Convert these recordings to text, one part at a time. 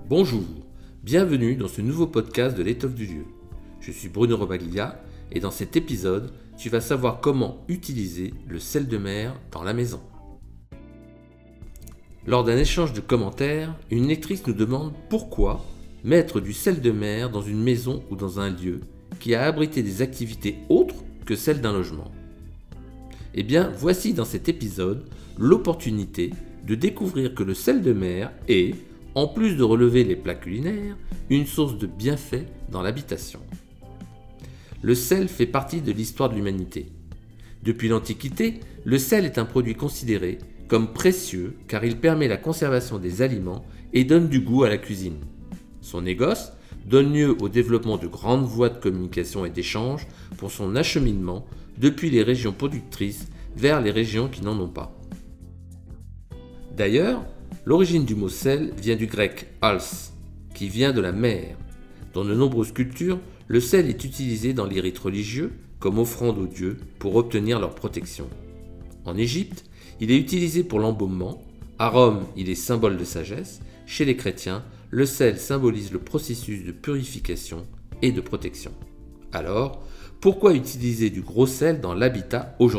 Bonjour, bienvenue dans ce nouveau podcast de l'étoffe du lieu. Je suis Bruno Robaglia et dans cet épisode, tu vas savoir comment utiliser le sel de mer dans la maison. Lors d'un échange de commentaires, une lectrice nous demande pourquoi mettre du sel de mer dans une maison ou dans un lieu qui a abrité des activités autres que celles d'un logement. Eh bien, voici dans cet épisode l'opportunité de découvrir que le sel de mer est, en plus de relever les plats culinaires, une source de bienfaits dans l'habitation. Le sel fait partie de l'histoire de l'humanité. Depuis l'Antiquité, le sel est un produit considéré comme précieux car il permet la conservation des aliments et donne du goût à la cuisine. Son négoce donne lieu au développement de grandes voies de communication et d'échange pour son acheminement depuis les régions productrices vers les régions qui n'en ont pas. D'ailleurs, l'origine du mot sel vient du grec als, qui vient de la mer. Dans de nombreuses cultures, le sel est utilisé dans les rites religieux comme offrande aux dieux pour obtenir leur protection. En Égypte, il est utilisé pour l'embaumement. À Rome, il est symbole de sagesse. Chez les chrétiens, le sel symbolise le processus de purification et de protection. Alors, pourquoi utiliser du gros sel dans l'habitat aujourd'hui ?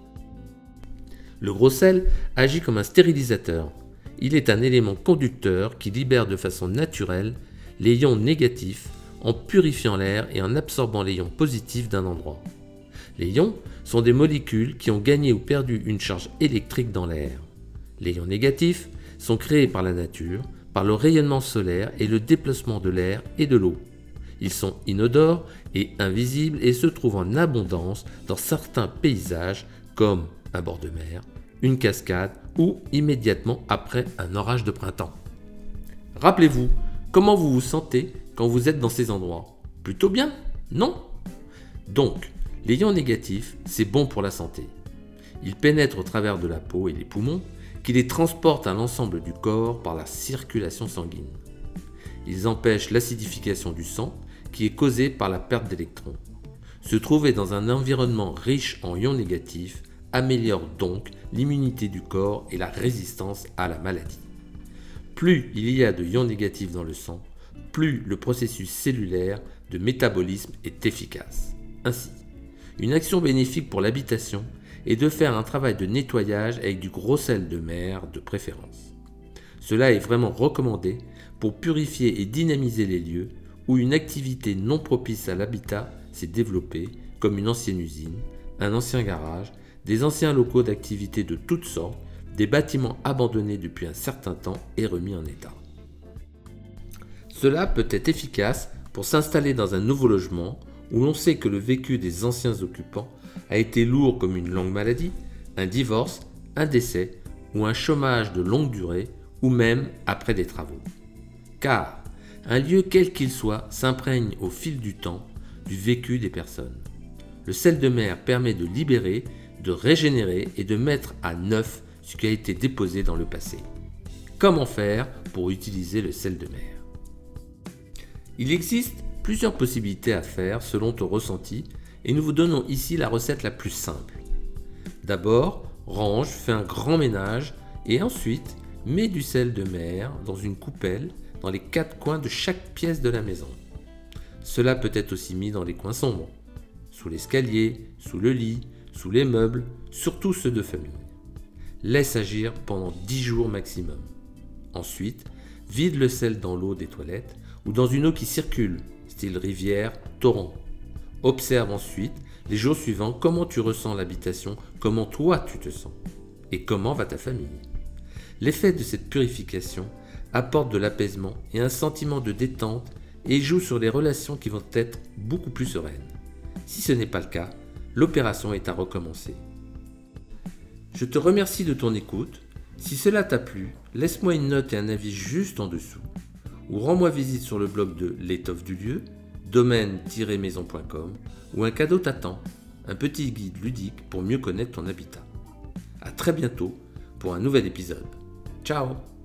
Le gros sel agit comme un stérilisateur. Il est un élément conducteur qui libère de façon naturelle les ions négatifs en purifiant l'air et en absorbant les ions positifs d'un endroit. Les ions sont des molécules qui ont gagné ou perdu une charge électrique dans l'air. Les ions négatifs sont créés par la nature, par le rayonnement solaire et le déplacement de l'air et de l'eau. Ils sont inodores et invisibles et se trouvent en abondance dans certains paysages comme un bord de mer, une cascade ou immédiatement après un orage de printemps. Rappelez-vous, comment vous vous sentez quand vous êtes dans ces endroits ? Plutôt bien, non ? Donc, les ions négatifs, c'est bon pour la santé. Ils pénètrent au travers de la peau et les poumons, qui les transportent à l'ensemble du corps par la circulation sanguine. Ils empêchent l'acidification du sang, qui est causée par la perte d'électrons. Se trouver dans un environnement riche en ions négatifs améliore donc l'immunité du corps et la résistance à la maladie. Plus il y a de ions négatifs dans le sang, plus le processus cellulaire de métabolisme est efficace. Ainsi, une action bénéfique pour l'habitation est de faire un travail de nettoyage avec du gros sel de mer de préférence. Cela est vraiment recommandé pour purifier et dynamiser les lieux où une activité non propice à l'habitat s'est développée, comme une ancienne usine, un ancien garage, des anciens locaux d'activités de toutes sortes, des bâtiments abandonnés depuis un certain temps et remis en état. Cela peut être efficace pour s'installer dans un nouveau logement où l'on sait que le vécu des anciens occupants a été lourd comme une longue maladie, un divorce, un décès ou un chômage de longue durée ou même après des travaux. Car un lieu quel qu'il soit s'imprègne au fil du temps du vécu des personnes. Le sel de mer permet de libérer, de régénérer et de mettre à neuf ce qui a été déposé dans le passé. Comment faire pour utiliser le sel de mer ? Il existe plusieurs possibilités à faire selon ton ressenti et nous vous donnons ici la recette la plus simple. D'abord, range, fais un grand ménage et ensuite mets du sel de mer dans une coupelle dans les 4 coins de chaque pièce de la maison. Cela peut être aussi mis dans les coins sombres, sous l'escalier, sous le lit, sous les meubles, surtout ceux de famille. Laisse agir pendant 10 jours maximum. Ensuite, vide le sel dans l'eau des toilettes ou dans une eau qui circule, style rivière, torrent. Observe ensuite les jours suivants comment tu ressens l'habitation, comment toi tu te sens et comment va ta famille. L'effet de cette purification apporte de l'apaisement et un sentiment de détente et joue sur les relations qui vont être beaucoup plus sereines. Si ce n'est pas le cas, l'opération est à recommencer. Je te remercie de ton écoute. Si cela t'a plu, laisse-moi une note et un avis juste en dessous. Ou rends-moi visite sur le blog de l'étoffe du lieu, domaine-maison.com, où un cadeau t'attend, un petit guide ludique pour mieux connaître ton habitat. À très bientôt pour un nouvel épisode. Ciao!